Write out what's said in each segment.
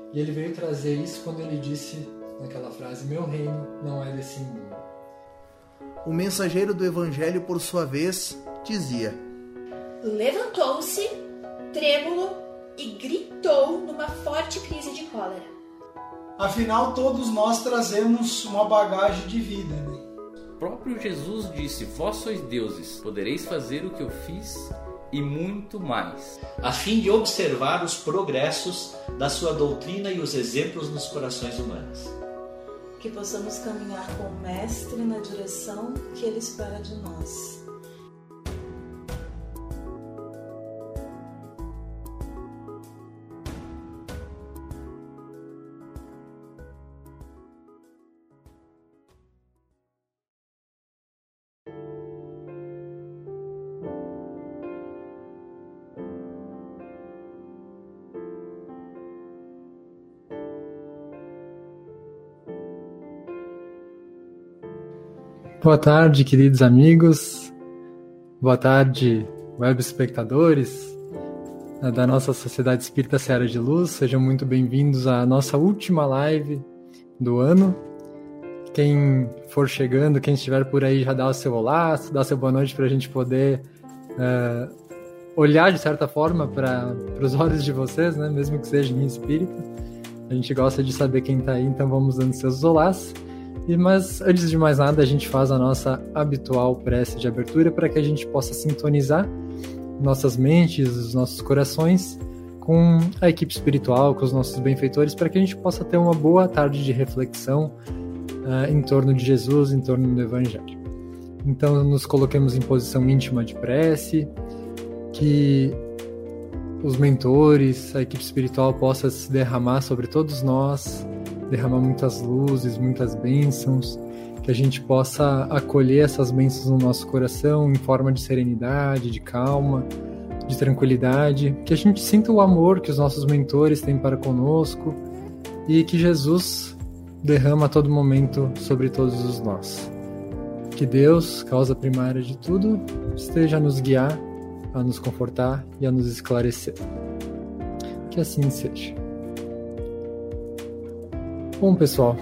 E ele veio trazer isso quando ele disse naquela frase: meu reino não é desse mundo. O mensageiro do evangelho, por sua vez, dizia: levantou-se, trêmulo, e gritou numa forte crise de cólera. Afinal, todos nós trazemos uma bagagem de vida, né? O próprio Jesus disse: vós sois deuses, podereis fazer o que eu fiz e muito mais, a fim de observar os progressos da sua doutrina e os exemplos nos corações humanos. Que possamos caminhar com o Mestre na direção que Ele espera de nós. Boa tarde, queridos amigos. Boa tarde, web espectadores da nossa Sociedade Espírita Seara de Luz. Sejam muito bem-vindos à nossa última live do ano. Quem for chegando, quem estiver por aí, já dá o seu olá, dá o seu boa noite para a gente poder olhar de certa forma para os olhos de vocês, né? Mesmo que seja em espírito. A gente gosta de saber quem está aí, então vamos dando seus olás. Mas antes de mais nada, a gente faz a nossa habitual prece de abertura para que a gente possa sintonizar nossas mentes, os nossos corações com a equipe espiritual, com os nossos benfeitores, para que a gente possa ter uma boa tarde de reflexão em torno de Jesus, em torno do Evangelho. Então, nos coloquemos em posição íntima de prece, que os mentores, a equipe espiritual possa se derramar sobre todos nós, derramar muitas luzes, muitas bênçãos, que a gente possa acolher essas bênçãos no nosso coração em forma de serenidade, de calma, de tranquilidade, que a gente sinta o amor que os nossos mentores têm para conosco e que Jesus derrama a todo momento sobre todos os nós. Que Deus, causa primária de tudo, esteja a nos guiar, a nos confortar e a nos esclarecer. Que assim seja. Bom, pessoal,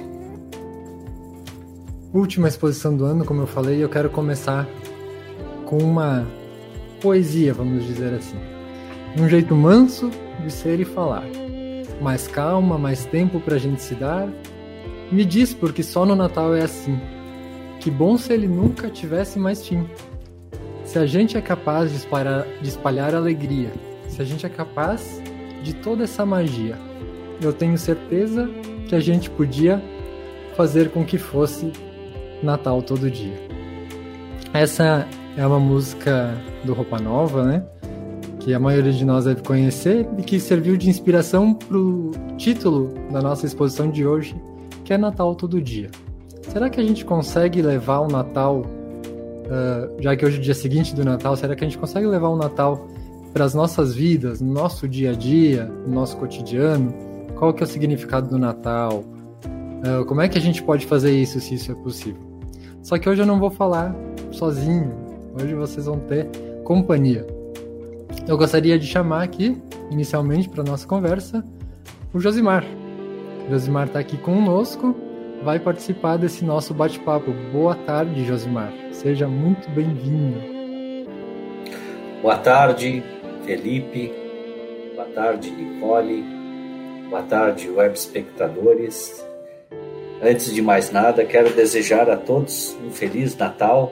última exposição do ano, como eu falei, eu quero começar com uma poesia, vamos dizer assim. Um jeito manso de ser e falar. Mais calma, mais tempo pra gente se dar. Me diz porque só no Natal é assim. Que bom se ele nunca tivesse mais fim. Se a gente é capaz de espalhar alegria, se a gente é capaz de toda essa magia, eu tenho certeza que a gente podia fazer com que fosse Natal todo dia. Essa é uma música do Roupa Nova, né? Que a maioria de nós deve conhecer e que serviu de inspiração para o título da nossa exposição de hoje, que é Natal todo dia. Será que a gente consegue levar o Natal, já que hoje é o dia seguinte do Natal, será que a gente consegue levar o Natal para as nossas vidas, no nosso dia a dia, no nosso cotidiano? Qual que é o significado do Natal? Como é que a gente pode fazer isso, se isso é possível? Só que hoje eu não vou falar sozinho. Hoje vocês vão ter companhia. Eu gostaria de chamar aqui, inicialmente, para a nossa conversa, o Josimar. O Josimar está aqui conosco, vai participar desse nosso bate-papo. Boa tarde, Josimar. Seja muito bem-vindo. Boa tarde, Felipe. Boa tarde, Nicole. Boa tarde, web espectadores. Antes de mais nada, quero desejar a todos um Feliz Natal.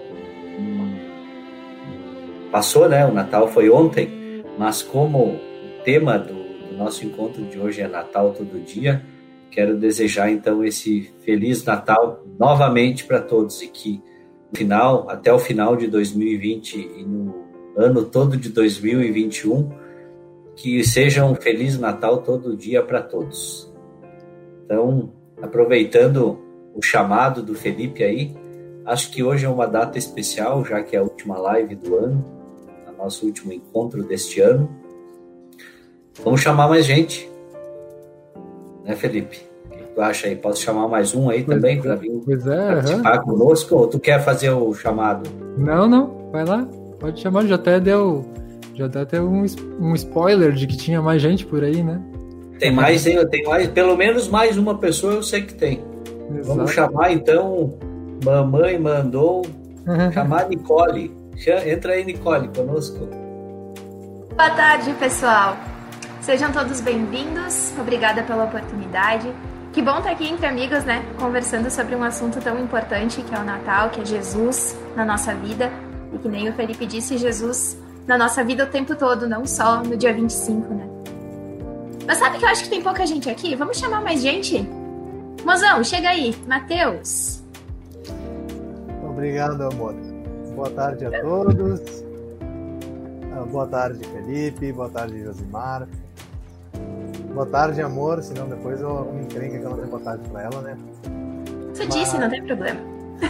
Passou, né? O Natal foi ontem, mas como o tema do nosso encontro de hoje é Natal todo dia, quero desejar então esse Feliz Natal novamente para todos e que no final, até o final de 2020 e no ano todo de 2021, que seja um Feliz Natal todo dia para todos. Então, aproveitando o chamado do Felipe aí, acho que hoje é uma data especial, já que é a última live do ano, o nosso último encontro deste ano. Vamos chamar mais gente, né, Felipe? O que tu acha aí? Posso chamar mais um aí também para vir participar conosco? Ou tu quer fazer o chamado? Não, vai lá, pode chamar, já até deu um spoiler de que tinha mais gente por aí, né? Tem mais, pelo menos mais uma pessoa eu sei que tem. Exato. Vamos chamar então, mamãe mandou chamar a Nicole. Entra aí, Nicole, conosco. Boa tarde, pessoal. Sejam todos bem-vindos. Obrigada pela oportunidade. Que bom estar aqui entre amigos, né? Conversando sobre um assunto tão importante que é o Natal, que é Jesus na nossa vida. E que nem o Felipe disse, Jesus na nossa vida o tempo todo, não só no dia 25, né? Mas sabe que eu acho que tem pouca gente aqui? Vamos chamar mais gente? Mozão, chega aí. Mateus. Obrigado, amor. Boa tarde a todos. Boa tarde, Felipe. Boa tarde, Josimar. Boa tarde, amor. Senão depois eu me encrenca que eu não tenho boa tarde pra ela, né? Você disse, não tem problema.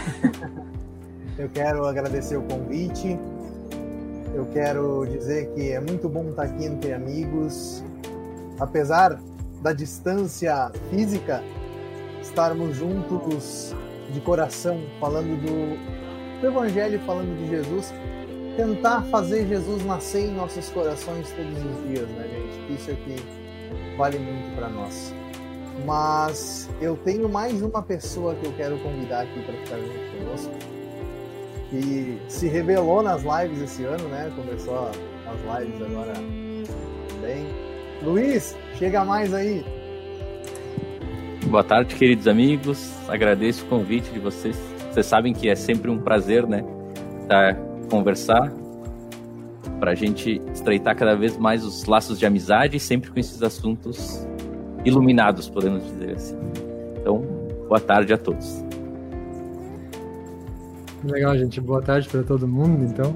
Eu quero agradecer o convite. Eu quero dizer que é muito bom estar aqui entre amigos. Apesar da distância física, estarmos juntos de coração, falando do Evangelho, falando de Jesus, tentar fazer Jesus nascer em nossos corações todos os dias, né, gente? Isso é que vale muito para nós. Mas eu tenho mais uma pessoa que eu quero convidar aqui para ficar junto conosco, que se revelou nas lives esse ano, né? Começou as lives agora também. Luiz, chega mais aí. Boa tarde, queridos amigos. Agradeço o convite de vocês. Vocês sabem que é sempre um prazer, né? Conversar para a gente estreitar cada vez mais os laços de amizade, sempre com esses assuntos iluminados, podemos dizer assim. Então, boa tarde a todos. Legal, gente. Boa tarde para todo mundo, então.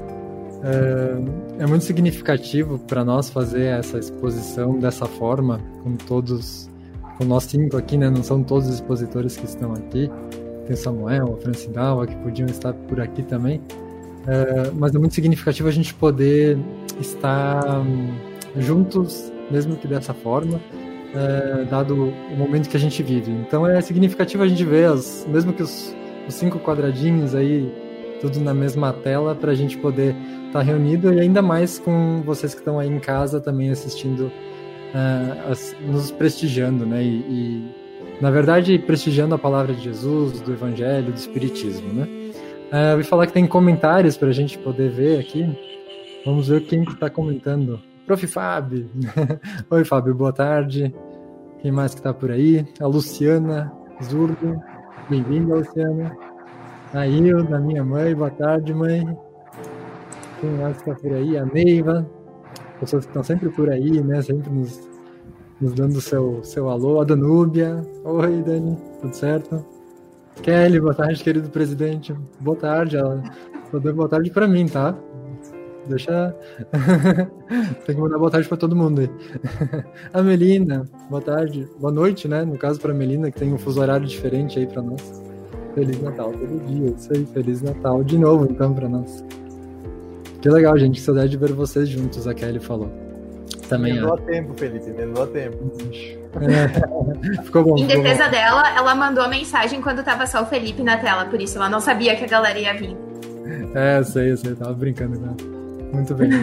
É muito significativo para nós fazer essa exposição dessa forma, com nós 5 aqui, né? Não são todos os expositores que estão aqui. Tem o Samuel, a Francidalva, que podiam estar por aqui também. Mas é muito significativo a gente poder estar juntos, mesmo que dessa forma, dado o momento que a gente vive. Então é significativo a gente ver, mesmo que os 5 quadradinhos aí, tudo na mesma tela, para a gente poder estar reunido, e ainda mais com vocês que estão aí em casa também assistindo, nos prestigiando, né? E na verdade, prestigiando a palavra de Jesus, do Evangelho, do Espiritismo, né? Eu vou falar que tem comentários para a gente poder ver aqui. Vamos ver quem que está comentando. Prof. Fábio. Oi, Fábio, boa tarde. Quem mais que está por aí? A Luciana Zurdo. Bem-vinda, Luciana. A Ilda, minha mãe. Boa tarde, mãe. Quem mais que está por aí? A Neiva. Pessoas que estão sempre por aí, né? Sempre nos dando seu alô. A Danúbia. Oi, Dani. Tudo certo? Kelly, boa tarde, querido presidente. Boa tarde. Ela dando boa tarde pra mim, tá? Deixa... Tem que mandar boa tarde pra todo mundo aí. A Melina, boa tarde. Boa noite, né? No caso pra Melina, que tem um fuso horário diferente aí pra nós. Feliz Natal todo dia. Isso aí, Feliz Natal de novo, então, pra nós. Que legal, gente. Que saudade de ver vocês juntos, a Kelly falou. Também Vendou a tempo, Felipe. Vendou a tempo. Ficou bom. Em defesa dela, ela mandou a mensagem quando tava só o Felipe na tela, por isso ela não sabia que a galera ia vir. Eu sei, tava brincando com ela. Muito bem.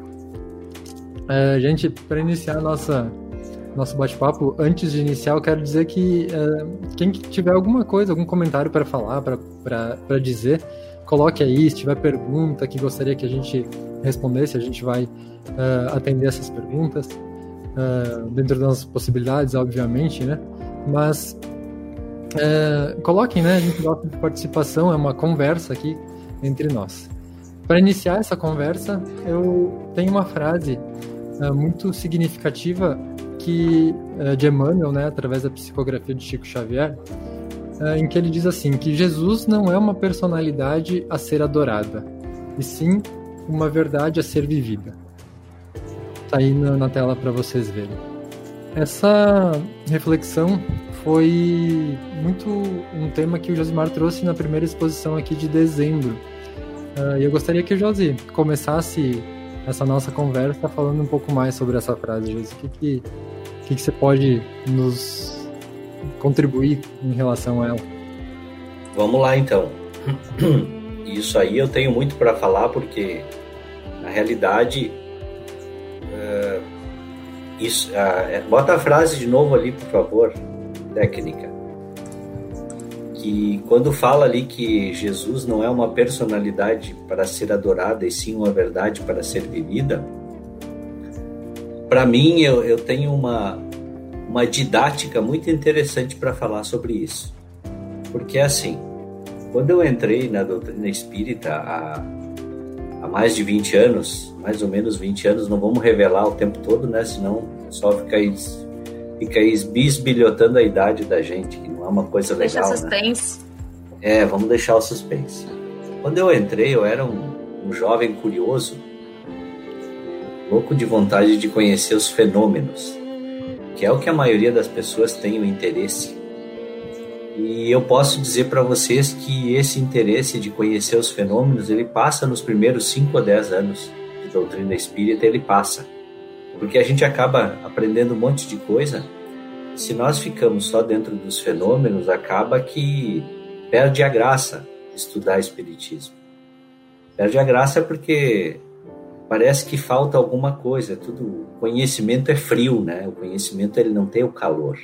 Gente, para iniciar nosso bate-papo, antes de iniciar, eu quero dizer que quem tiver alguma coisa, algum comentário para falar, para dizer, coloque aí. Se tiver pergunta que gostaria que a gente respondesse, a gente vai atender essas perguntas. Dentro das possibilidades, obviamente, né? Mas coloquem, né? A gente gosta de participação, é uma conversa aqui entre nós. Para iniciar essa conversa, eu tenho uma frase muito significativa de Emmanuel, né? Através da psicografia de Chico Xavier, em que ele diz assim, que Jesus não é uma personalidade a ser adorada, e sim uma verdade a ser vivida. Tá aí na tela para vocês verem. Essa reflexão foi muito um tema que o Josimar trouxe na primeira exposição aqui de dezembro. E eu gostaria que o Josi começasse essa nossa conversa falando um pouco mais sobre essa frase, Josi. O que você pode nos contribuir em relação a ela? Vamos lá, então. Isso aí eu tenho muito para falar, porque na realidade Isso, bota a frase de novo ali, por favor, técnica. Que quando fala ali que Jesus não é uma personalidade para ser adorada, e sim uma verdade para ser vivida, para mim eu tenho uma didática muito interessante para falar sobre isso. Porque assim, quando eu entrei na doutrina espírita há mais de 20 anos, mais ou menos 20 anos, não vamos revelar o tempo todo, né? Senão o pessoal fica aí bisbilhotando a idade da gente, que não é uma coisa legal, deixa suspense. Né? Vamos deixar o suspense. Quando eu entrei, eu era um jovem curioso, louco de vontade de conhecer os fenômenos, que é o que a maioria das pessoas tem o interesse. E eu posso dizer para vocês que esse interesse de conhecer os fenômenos, ele passa nos primeiros 5 ou 10 anos de doutrina espírita, ele passa. Porque a gente acaba aprendendo um monte de coisa. Se nós ficamos só dentro dos fenômenos, acaba que perde a graça estudar espiritismo. Perde a graça porque parece que falta alguma coisa. O conhecimento é frio, né? O conhecimento ele não tem o calor.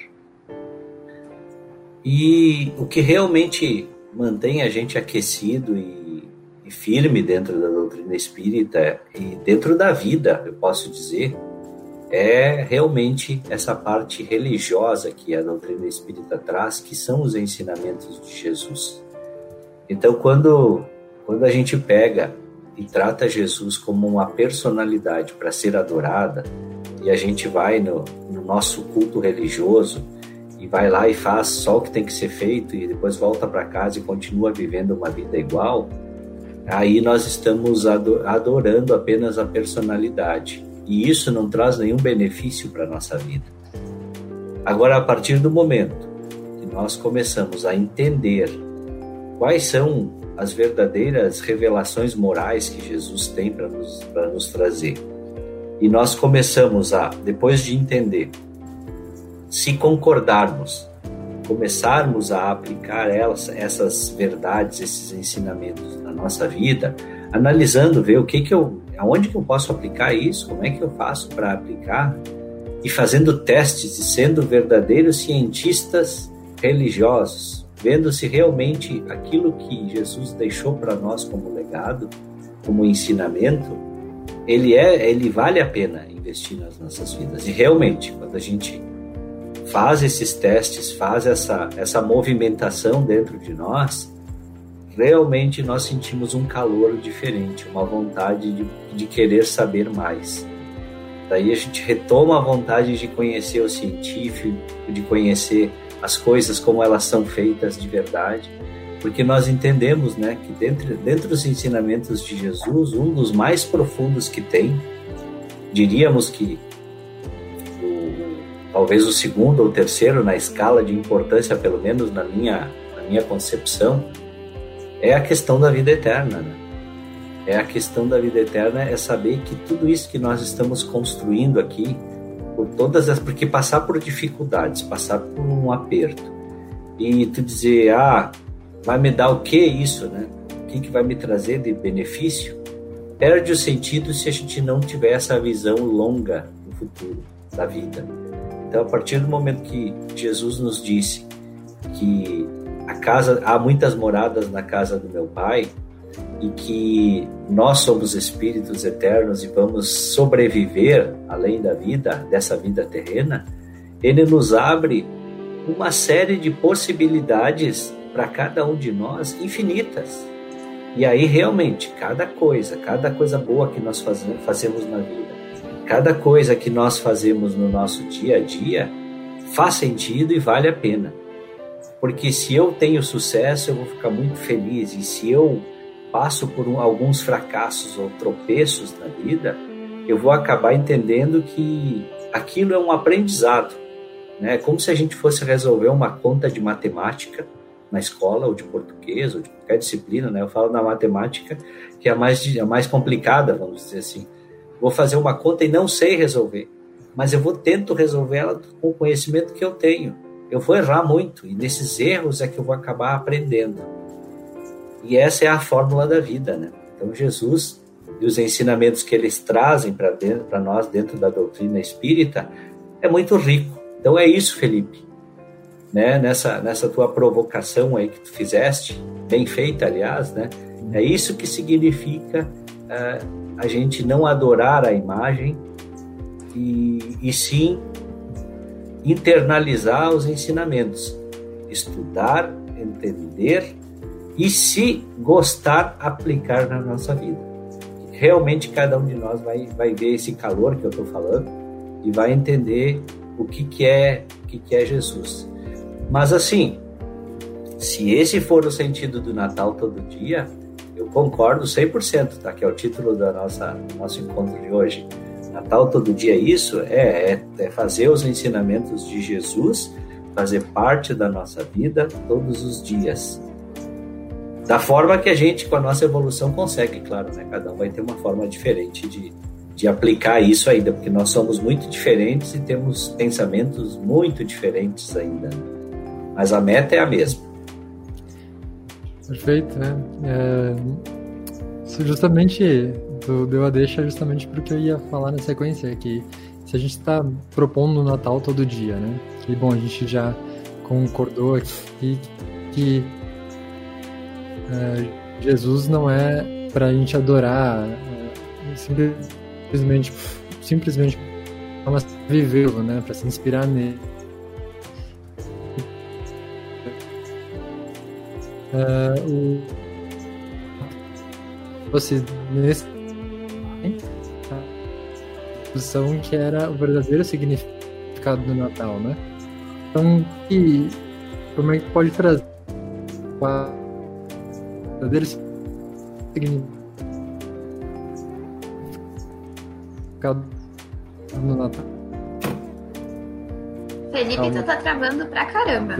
E o que realmente mantém a gente aquecido e firme dentro da doutrina espírita e dentro da vida, eu posso dizer, é realmente essa parte religiosa que a doutrina espírita traz, que são os ensinamentos de Jesus. Então, quando a gente pega e trata Jesus como uma personalidade para ser adorada, e a gente vai no nosso culto religioso, e vai lá e faz só o que tem que ser feito e depois volta para casa e continua vivendo uma vida igual, aí nós estamos adorando apenas a personalidade. E isso não traz nenhum benefício para a nossa vida. Agora, a partir do momento que nós começamos a entender quais são as verdadeiras revelações morais que Jesus tem para nos trazer, e nós começamos depois de entender, se concordarmos, começarmos a aplicar essas verdades, esses ensinamentos na nossa vida, analisando, ver aonde que eu posso aplicar isso, como é que eu faço para aplicar, e fazendo testes e sendo verdadeiros cientistas religiosos, vendo se realmente aquilo que Jesus deixou para nós como legado, como ensinamento, ele vale a pena investir nas nossas vidas. E realmente, quando a gente faz esses testes, faz essa movimentação dentro de nós, realmente nós sentimos um calor diferente, uma vontade de querer saber mais. Daí a gente retoma a vontade de conhecer o científico, de conhecer as coisas como elas são feitas de verdade, porque nós entendemos, né, que dentro dos ensinamentos de Jesus, um dos mais profundos que tem, diríamos que talvez o segundo ou terceiro na escala de importância, pelo menos na minha concepção, é a questão da vida eterna, né? A questão da vida eterna é saber que tudo isso que nós estamos construindo aqui, porque passar por dificuldades, passar por um aperto, e tu dizer, vai me dar o que isso, né? O que vai me trazer de benefício? Perde o sentido se a gente não tiver essa visão longa no futuro da vida. Então, a partir do momento que Jesus nos disse que há muitas moradas na casa do meu Pai e que nós somos espíritos eternos e vamos sobreviver além da vida, dessa vida terrena, ele nos abre uma série de possibilidades para cada um de nós infinitas. E aí, realmente, cada coisa boa que nós fazemos na vida, cada coisa que nós fazemos no nosso dia a dia faz sentido e vale a pena. Porque se eu tenho sucesso, eu vou ficar muito feliz. E se eu passo por alguns fracassos ou tropeços na vida, eu vou acabar entendendo que aquilo é um aprendizado. É como se a gente fosse resolver uma conta de matemática na escola, ou de português, ou de qualquer disciplina, né? Eu falo da matemática, que é a mais complicada, vamos dizer assim. Vou fazer uma conta e não sei resolver, mas eu tento resolver ela com o conhecimento que eu tenho. Eu vou errar muito, e nesses erros é que eu vou acabar aprendendo. E essa é a fórmula da vida, né? Então Jesus e os ensinamentos que eles trazem para nós dentro da doutrina espírita é muito rico. Então é isso, Felipe, né? Nessa tua provocação aí que tu fizeste, bem feita, aliás, né? É isso que significa a gente não adorar a imagem e sim internalizar os ensinamentos, estudar, entender e, se gostar, aplicar na nossa vida. Realmente cada um de nós vai ver esse calor que eu estou falando e vai entender o que é Jesus. Mas assim, se esse for o sentido do Natal todo dia, eu concordo 100%, tá? Que é o título do nosso encontro de hoje. Natal todo dia, isso é fazer os ensinamentos de Jesus fazer parte da nossa vida todos os dias. Da forma que a gente, com a nossa evolução, consegue, claro, né? Cada um vai ter uma forma diferente de aplicar isso ainda, porque nós somos muito diferentes e temos pensamentos muito diferentes ainda. Mas a meta é a mesma. Perfeito, né? Isso justamente deu a deixa justamente porque eu ia falar na sequência, que se a gente está propondo o Natal todo dia, né? Que, bom, a gente já concordou aqui que Jesus não é para a gente adorar simplesmente mas vivê-lo, né? Para se inspirar nele. Nesse discussão que era o verdadeiro significado do Natal, né? Então, como é que pode trazer o verdadeiro significado do Natal? Felipe, tu tá travando pra caramba.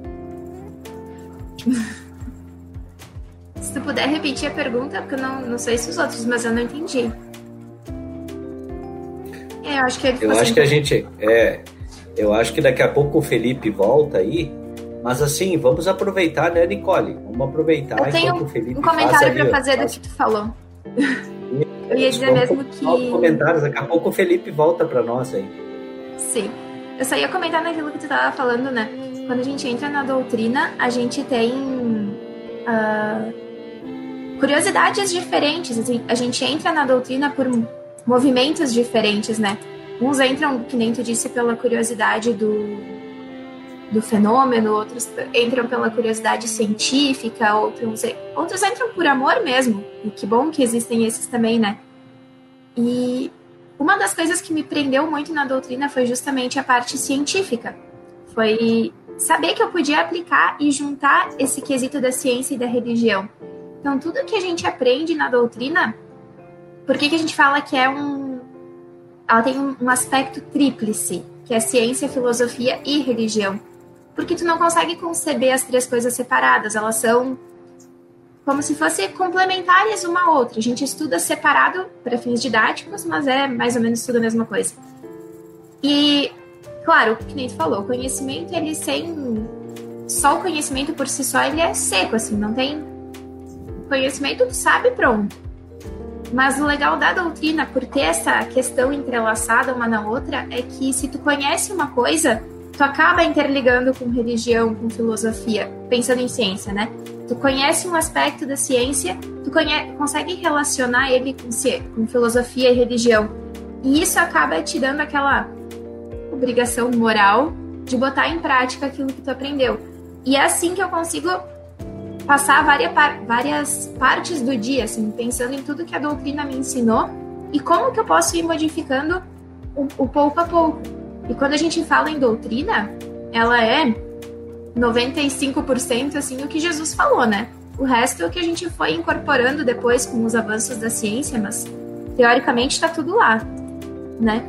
Se tu puder repetir a pergunta, porque eu não sei se os outros, mas eu não entendi. Eu acho que ele eu acho que daqui a pouco o Felipe volta aí, mas assim, vamos aproveitar, né, Nicole? Vamos aproveitar. Eu tenho o Felipe um comentário para fazer do que tu falou. Eu ia dizer mesmo que... comentários, daqui a pouco o Felipe volta para nós aí. Sim. Eu só ia comentar naquilo que tu tava falando, né? Quando a gente entra na doutrina, a gente tem curiosidades diferentes. Assim, a gente entra na doutrina por movimentos diferentes, né? Uns entram, que nem tu disse, pela curiosidade do fenômeno, outros entram pela curiosidade científica, outros entram por amor mesmo. E que bom que existem esses também, né? E uma das coisas que me prendeu muito na doutrina foi justamente a parte científica. Foi saber que eu podia aplicar e juntar esse quesito da ciência e da religião. Então, tudo que a gente aprende na doutrina, por que a gente fala que ela tem um aspecto tríplice, que é ciência, filosofia e religião? Porque tu não consegue conceber as três coisas separadas, elas são como se fossem complementares uma à outra. A gente estuda separado para fins didáticos, mas é mais ou menos tudo a mesma coisa. E, claro, que nem tu falou, o conhecimento, ele só o conhecimento por si só, ele é seco, assim, não tem... Conhecimento tu sabe, pronto. Mas o legal da doutrina, por ter essa questão entrelaçada uma na outra, é que se tu conhece uma coisa, tu acaba interligando com religião, com filosofia, pensando em ciência, né? Tu conhece um aspecto da ciência, tu consegue relacionar ele com filosofia e religião. E isso acaba te dando aquela obrigação moral de botar em prática aquilo que tu aprendeu. E é assim que eu consigo passar várias partes do dia, assim, pensando em tudo que a doutrina me ensinou e como que eu posso ir modificando o pouco a pouco. E quando a gente fala em doutrina, ela é 95% assim o que Jesus falou, né? O resto é o que a gente foi incorporando depois com os avanços da ciência, mas teoricamente está tudo lá, né?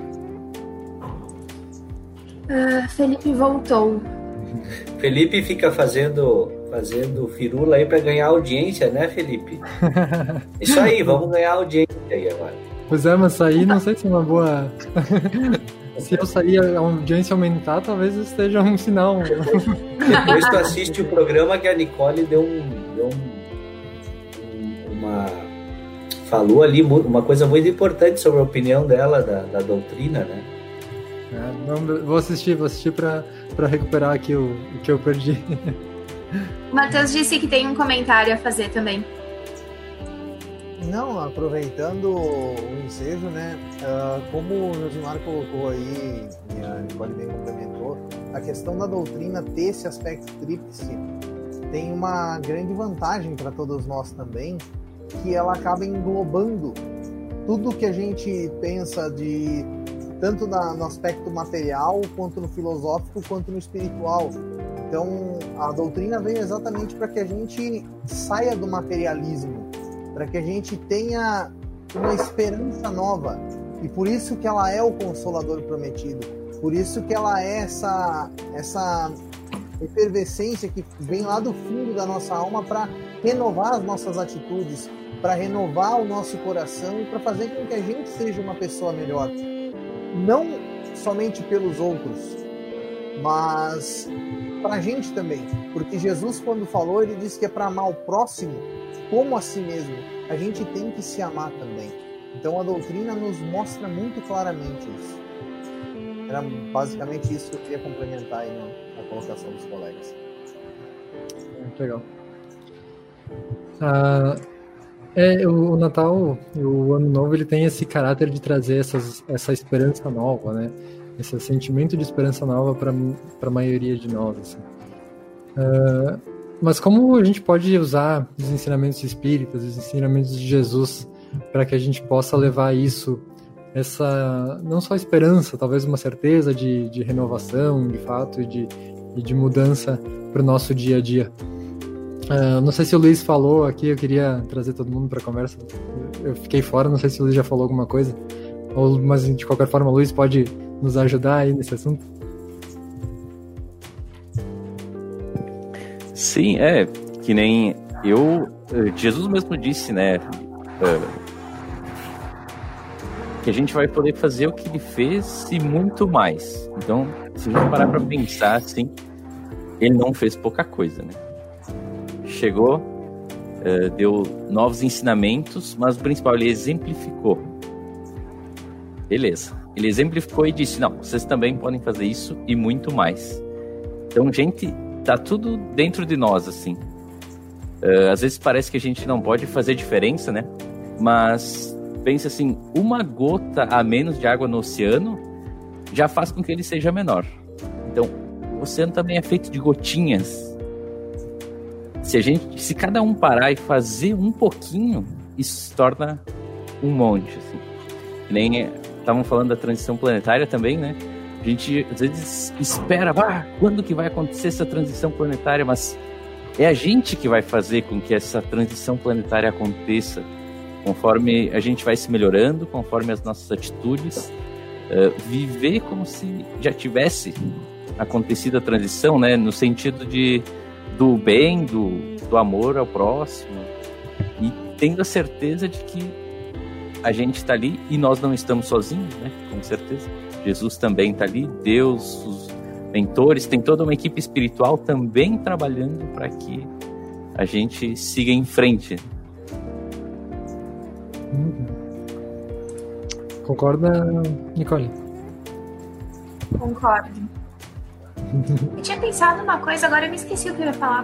Felipe voltou. Felipe fica fazendo firula aí para ganhar audiência, né, Felipe? Isso aí, vamos ganhar audiência aí agora. Pois é, mas sair não sei se é uma boa... Se eu sair a audiência aumentar, talvez esteja um sinal. Depois tu assiste o programa que a Nicole deu uma falou ali uma coisa muito importante sobre a opinião dela da doutrina, né? Não, vou assistir para recuperar aqui o que eu perdi. O Matheus disse que tem um comentário a fazer também. Não, aproveitando o ensejo, né? Como o Josimar colocou aí, e a Nicole bem complementou, a questão da doutrina ter esse aspecto tríplice tem uma grande vantagem para todos nós também, que ela acaba englobando tudo que a gente pensa de tanto no aspecto material, quanto no filosófico, quanto no espiritual. Então, a doutrina veio exatamente para que a gente saia do materialismo, para que a gente tenha uma esperança nova. E por isso que ela é o Consolador prometido. Por isso que ela é essa efervescência que vem lá do fundo da nossa alma para renovar as nossas atitudes, para renovar o nosso coração e para fazer com que a gente seja uma pessoa melhor. Não somente pelos outros, mas para a gente também. Porque Jesus, quando falou, ele disse que é para amar o próximo como a si mesmo. A gente tem que se amar também. Então a doutrina nos mostra muito claramente isso. Era basicamente isso que eu queria complementar aí na colocação dos colegas. Muito legal. O Natal e o Ano Novo, ele tem esse caráter de trazer essa esperança nova, né? Esse sentimento de esperança nova para a maioria de nós, assim. Mas como a gente pode usar os ensinamentos espíritas, os ensinamentos de Jesus, para que a gente possa levar isso, não só esperança, talvez uma certeza de renovação, de fato, e de mudança para o nosso dia a dia? Não sei se o Luiz falou aqui, eu queria trazer todo mundo para a conversa. Eu fiquei fora, não sei se o Luiz já falou alguma coisa, mas de qualquer forma o Luiz pode nos ajudar aí nesse assunto. Sim, que nem Jesus mesmo disse, né, que a gente vai poder fazer o que ele fez e muito mais. Então, se a gente parar para pensar assim, ele não fez pouca coisa, né? Chegou, deu novos ensinamentos, mas o principal, ele exemplificou. Beleza. Ele exemplificou e disse, não, vocês também podem fazer isso e muito mais. Então, gente, tá tudo dentro de nós, assim. Às vezes parece que a gente não pode fazer diferença, né? Mas pensa assim, uma gota a menos de água no oceano já faz com que ele seja menor. Então, o oceano também é feito de gotinhas. Se cada um parar e fazer um pouquinho, isso se torna um monte, assim. Nem estavam falando da transição planetária também, né? A gente às vezes espera, quando que vai acontecer essa transição planetária? Mas é a gente que vai fazer com que essa transição planetária aconteça, conforme a gente vai se melhorando, conforme as nossas atitudes, viver como se já tivesse acontecido a transição, né? No sentido do bem, do amor ao próximo, e tendo a certeza de que a gente está ali e nós não estamos sozinhos, né? Com certeza. Jesus também está ali, Deus, os mentores, tem toda uma equipe espiritual também trabalhando para que a gente siga em frente. Concorda, Nicole? Concordo. Eu tinha pensado numa coisa, agora eu me esqueci o que eu ia falar.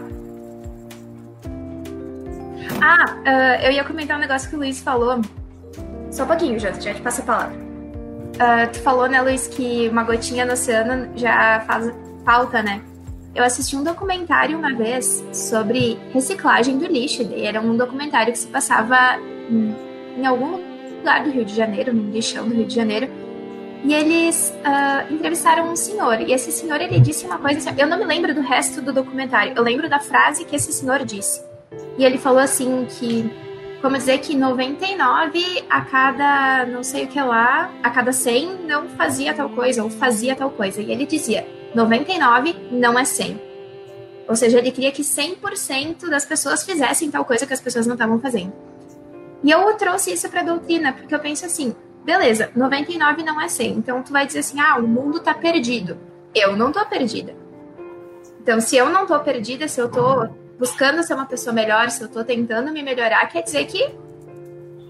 Eu ia comentar um negócio que o Luiz falou. Só um pouquinho, já te passo a palavra. Tu falou, né, Luiz, que uma gotinha no oceano já faz falta, né? Eu assisti um documentário uma vez sobre reciclagem do lixo. Era um documentário que se passava em algum lugar do Rio de Janeiro, num lixão do Rio de Janeiro. E eles entrevistaram um senhor. E esse senhor, ele disse uma coisa assim, eu não me lembro do resto do documentário. Eu lembro da frase que esse senhor disse. E ele falou assim que, como dizer que 99 a cada não sei o que lá, a cada 100 não fazia tal coisa, ou fazia tal coisa. E ele dizia, 99 não é 100. Ou seja, ele queria que 100% das pessoas fizessem tal coisa que as pessoas não estavam fazendo. E eu trouxe isso para a doutrina, porque eu penso assim, beleza, 99 não é 100. Então tu vai dizer assim, o mundo tá perdido. Eu não tô perdida. Então se eu não tô perdida, se eu tô buscando ser uma pessoa melhor, se eu tô tentando me melhorar, quer dizer que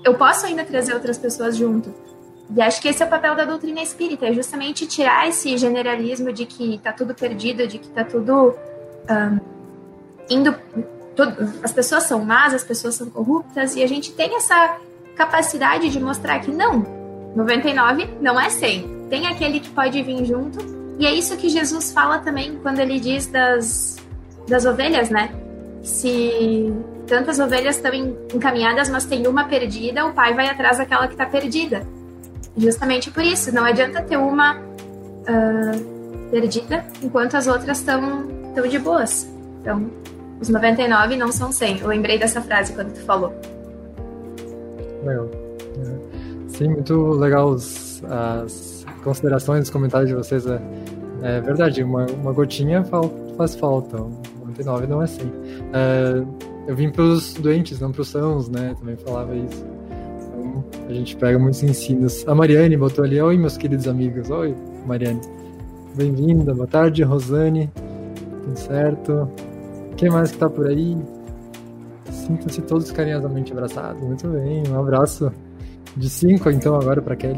eu posso ainda trazer outras pessoas junto. E acho que esse é o papel da doutrina espírita, é justamente tirar esse generalismo de que tá tudo perdido, de que tá tudo indo... as pessoas são más, as pessoas são corruptas, e a gente tem essa capacidade de mostrar que não, 99 não é 100. Tem aquele que pode vir junto, e é isso que Jesus fala também quando ele diz das ovelhas, né? Se tantas ovelhas estão encaminhadas, mas tem uma perdida, o pai vai atrás daquela que está perdida. Justamente por isso, não adianta ter uma perdida enquanto as outras estão de boas. Então, os 99 não são 100. Eu lembrei dessa frase quando tu falou. Legal. Sim, muito legal as considerações, os comentários de vocês. É verdade, uma gotinha faz falta. 99 não é 100. Eu vim para os doentes, não para os sãos, né? Também falava isso. Então, a gente pega muitos ensinos. A Mariane botou ali: oi, meus queridos amigos. Oi, Mariane. Bem-vinda. Boa tarde, Rosane. Tudo certo? Quem mais que tá por aí? Sintam-se todos carinhosamente abraçados. Muito bem. Um abraço de 5, então, agora para Kelly.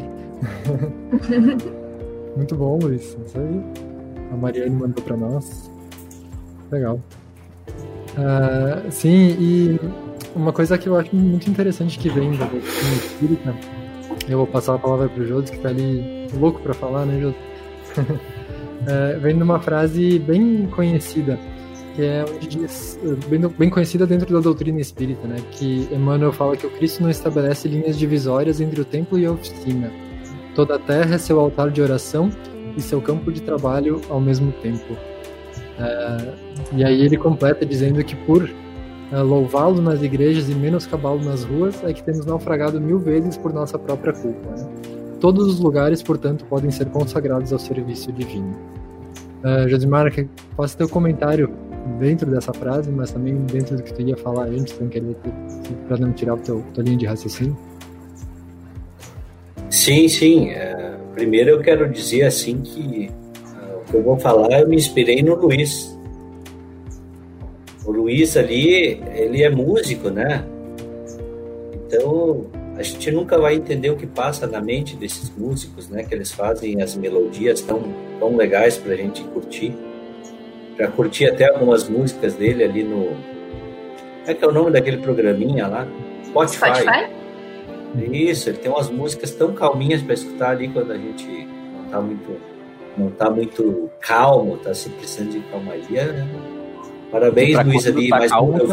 Muito bom, Luiz. Isso aí. A Mariane mandou para nós. Legal. Sim, e uma coisa que eu acho muito interessante que vem da doutrina espírita, eu vou passar a palavra para o Josi, que está ali louco para falar, né, Josi? Vem de uma frase bem conhecida, que é onde diz, bem conhecida dentro da doutrina espírita, né, que Emmanuel fala que o Cristo não estabelece linhas divisórias entre o templo e a oficina. Toda a terra é seu altar de oração e seu campo de trabalho ao mesmo tempo. E aí ele completa dizendo que por louvá-lo nas igrejas e menoscabá-lo nas ruas é que temos naufragado 1000 vezes por nossa própria culpa, né? Todos os lugares, portanto, podem ser consagrados ao serviço divino. Josimar, faça teu comentário dentro dessa frase, mas também dentro do que tu ia falar antes, sem querer, para não tirar tua linha de raciocínio. Sim. Primeiro eu quero dizer assim que o que eu vou falar, eu me inspirei no Luiz. O Luiz ali, ele é músico, né? Então, a gente nunca vai entender o que passa na mente desses músicos, né? Que eles fazem as melodias tão legais pra gente curtir. Já curti até algumas músicas dele ali no... Como é que é o nome daquele programinha lá? Spotify? Isso, ele tem umas músicas tão calminhas para escutar ali quando a gente não tá muito calmo, tá se precisando de calmaria, né? Parabéns, Luiz, ali, mas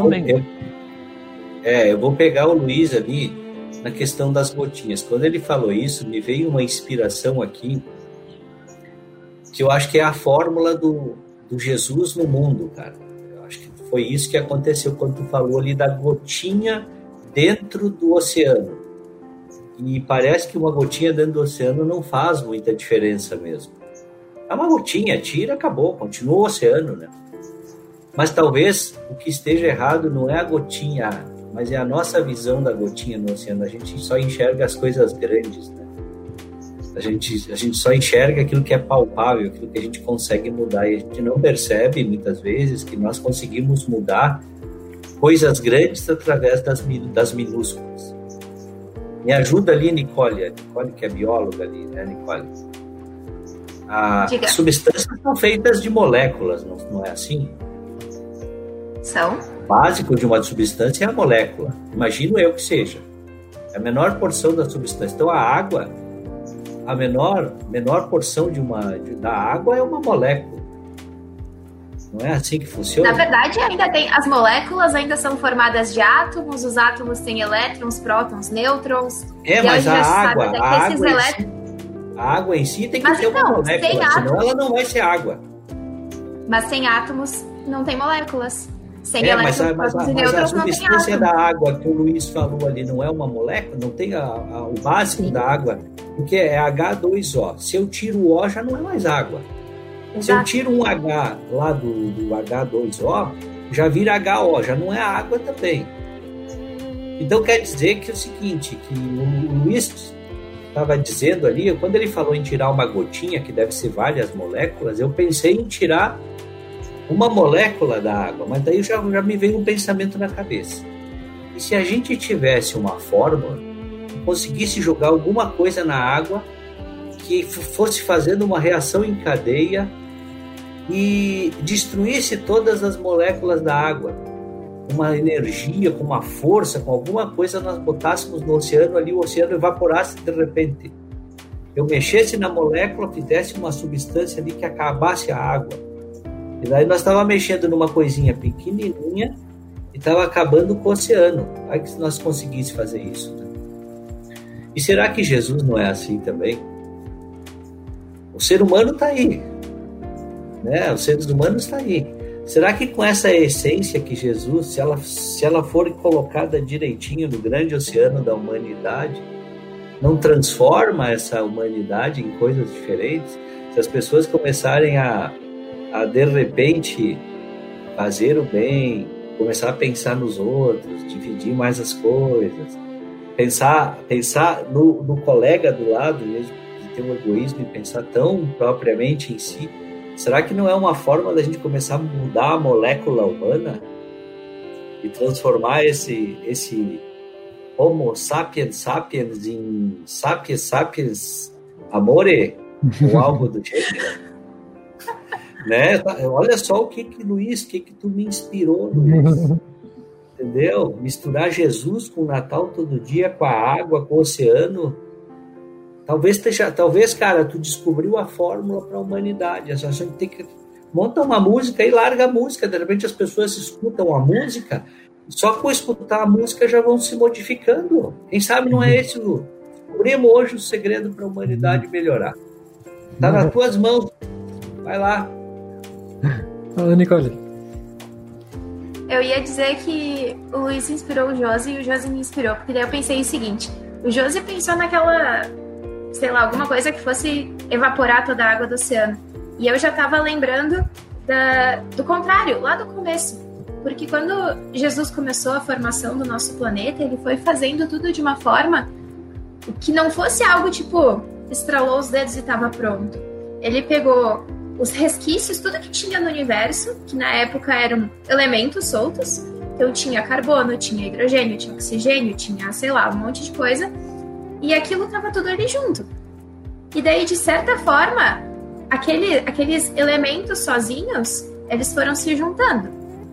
eu vou pegar o Luiz ali na questão das gotinhas. Quando ele falou isso, me veio uma inspiração aqui, que eu acho que é a fórmula do Jesus no mundo, cara. Eu acho que foi isso que aconteceu quando tu falou ali da gotinha dentro do oceano. E parece que uma gotinha dentro do oceano não faz muita diferença mesmo. É uma gotinha, tira, acabou, continua o oceano, né? Mas talvez o que esteja errado não é a gotinha, mas é a nossa visão da gotinha no oceano. A gente só enxerga as coisas grandes, né? A gente só enxerga aquilo que é palpável, aquilo que a gente consegue mudar. E a gente não percebe, muitas vezes, que nós conseguimos mudar coisas grandes através das minúsculas. Me ajuda ali, Nicole, que é bióloga ali, né, Nicole? As substâncias são feitas de moléculas, não é assim? São. O básico de uma substância é a molécula. Imagino eu que seja. É a menor porção da substância. Então, a água, a menor porção da água é uma molécula. Não é assim que funciona? Na verdade, ainda tem... As moléculas ainda são formadas de átomos. Os átomos têm elétrons, prótons, nêutrons. Mas a água em si tem que ter uma molécula, senão ela não vai ser água. Mas sem átomos não tem moléculas. Sem mas a substância da água que o Luiz falou ali não é uma molécula? Não tem o básico da água? Porque é H2O. Se eu tiro o O, já não é mais água. Exato. Se eu tiro um H lá do H2O, já vira HO, já não é água também. Então quer dizer que é o seguinte, que o Luiz estava dizendo ali, quando ele falou em tirar uma gotinha, que deve ser várias moléculas, eu pensei em tirar uma molécula da água, mas daí já me veio um pensamento na cabeça. E se a gente tivesse uma fórmula conseguisse jogar alguma coisa na água que fosse fazendo uma reação em cadeia e destruísse todas as moléculas da água. Uma energia, com uma força, com alguma coisa nós botássemos no oceano ali, o oceano evaporasse de repente. Eu mexesse na molécula, fizesse uma substância ali que acabasse a água. E daí nós estávamos mexendo numa coisinha pequenininha e estava acabando com o oceano. Aí que nós conseguíssemos fazer isso, né? E será que Jesus não é assim também? O ser humano está aí, né? Os seres humanos estão aí. Será que com essa essência que Jesus, se ela for colocada direitinho no grande oceano da humanidade, não transforma essa humanidade em coisas diferentes? Se as pessoas começarem a de repente fazer o bem, começar a pensar nos outros, dividir mais as coisas, pensar no colega do lado, mesmo de ter um egoísmo e pensar tão propriamente em si, será que não é uma forma da gente começar a mudar a molécula humana e transformar esse Homo sapiens sapiens em sapiens sapiens amore ou algo do gênero? Né? Olha só o que tu me inspirou, Luiz. Entendeu? Misturar Jesus com o Natal todo dia, com a água, com o oceano. Talvez, cara, tu descobriu a fórmula para a humanidade. A gente tem que monta uma música e larga a música. De repente as pessoas escutam a música, só com escutar a música já vão se modificando. Quem sabe não é esse o descobrimos hoje o segredo para a humanidade melhorar. Tá nas tuas mãos. Vai lá. Fala, Nicole. Eu ia dizer que o Luiz inspirou o Josi e o Josi me inspirou, porque daí eu pensei o seguinte: o Josi pensou naquela, sei lá, alguma coisa que fosse evaporar toda a água do oceano. E eu já estava lembrando do contrário, lá do começo. Porque quando Jesus começou a formação do nosso planeta, ele foi fazendo tudo de uma forma que não fosse algo tipo, estralou os dedos e estava pronto. Ele pegou os resquícios, tudo que tinha no universo, que na época eram elementos soltos. Então tinha carbono, tinha hidrogênio, tinha oxigênio, tinha, sei lá, um monte de coisa. E aquilo estava tudo ali junto. E daí, de certa forma, aqueles elementos sozinhos, eles foram se juntando.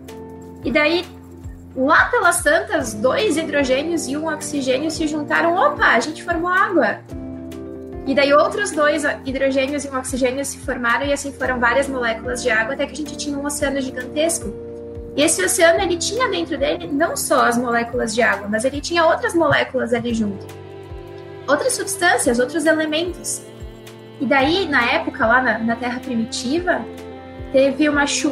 E daí, lá pelas tantas, 2 hidrogênios e 1 oxigênio se juntaram. Opa, a gente formou água. E daí outros 2 hidrogênios e 1 oxigênio se formaram, e assim foram várias moléculas de água, até que a gente tinha um oceano gigantesco. E esse oceano, ele tinha dentro dele não só as moléculas de água, mas ele tinha outras moléculas ali junto. Outras substâncias, outros elementos. E daí, na época, lá na Terra primitiva, teve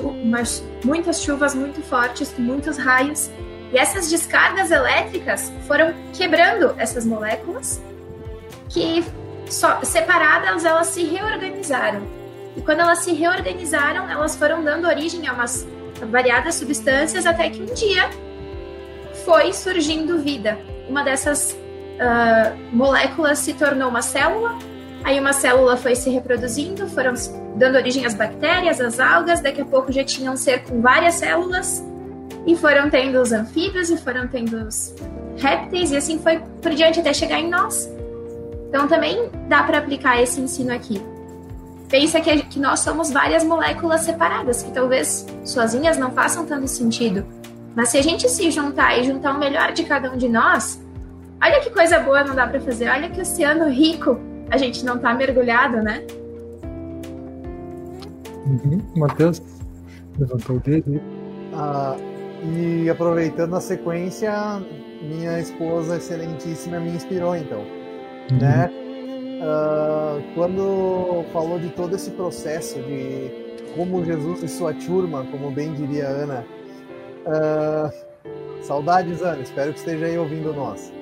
muitas chuvas muito fortes, com muitos raios, e essas descargas elétricas foram quebrando essas moléculas, que separadas elas se reorganizaram. E quando elas se reorganizaram, elas foram dando origem a umas variadas substâncias, até que um dia foi surgindo vida. Uma dessas moléculas se tornou uma célula. Aí uma célula foi se reproduzindo, foram dando origem às bactérias, às algas, daqui a pouco já tinha um ser com várias células, e foram tendo os anfíbios, e foram tendo os répteis, e assim foi por diante até chegar em nós. Então também dá para aplicar esse ensino aqui. Pensa que nós somos várias moléculas separadas, que talvez sozinhas não façam tanto sentido, mas se a gente se juntar e juntar o melhor de cada um de nós, olha que coisa boa não dá para fazer, olha que oceano rico a gente não tá mergulhado, né? Matheus levantou o dedo. E aproveitando a sequência, minha esposa excelentíssima me inspirou, então. Né? Quando falou de todo esse processo de como Jesus e sua turma, como bem diria a Ana, saudades, Ana, espero que esteja aí ouvindo nós.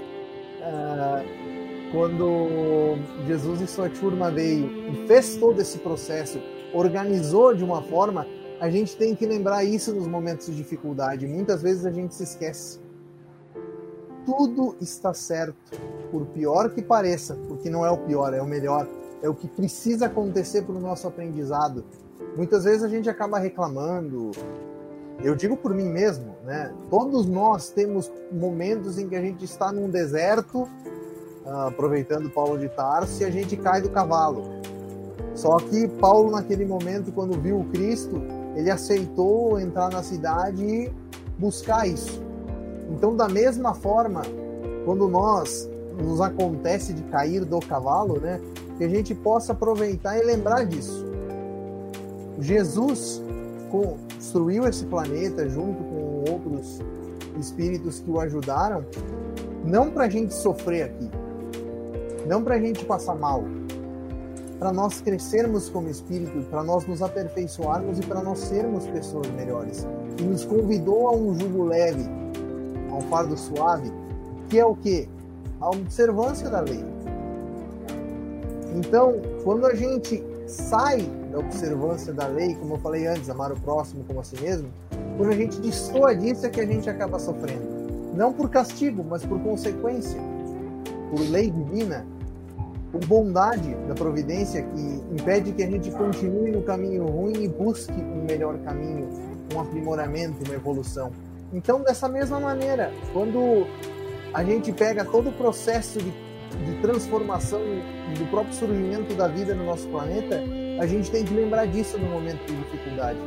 Quando Jesus e sua turma veio e fez todo esse processo, organizou de uma forma, a gente tem que lembrar isso nos momentos de dificuldade. Muitas vezes a gente se esquece. Tudo está certo, por pior que pareça, porque não é o pior, é o melhor, é o que precisa acontecer para o nosso aprendizado. Muitas vezes a gente acaba reclamando, eu digo por mim mesmo, né? Todos nós temos momentos em que a gente está num deserto aproveitando Paulo de Tarso, e a gente cai do cavalo. Só que Paulo, naquele momento, quando viu o Cristo, ele aceitou entrar na cidade e buscar isso. Então, da mesma forma, quando nos acontece de cair do cavalo, né, que a gente possa aproveitar e lembrar disso. Jesus construiu esse planeta junto com outros espíritos que o ajudaram, não para a gente sofrer aqui, não para a gente passar mal, para nós crescermos como espírito, para nós nos aperfeiçoarmos e para nós sermos pessoas melhores. E nos convidou a um jugo leve, a um fardo suave, que é o quê? A observância da lei. Então, quando a gente sai da observância da lei, como eu falei antes, amar o próximo como a si mesmo, quando a gente destoa disso é que a gente acaba sofrendo. Não por castigo, mas por consequência, por lei divina, por bondade da providência que impede que a gente continue no caminho ruim e busque um melhor caminho, um aprimoramento, uma evolução. Então, dessa mesma maneira, quando a gente pega todo o processo de transformação do próprio surgimento da vida no nosso planeta, a gente tem que lembrar disso no momento de dificuldade.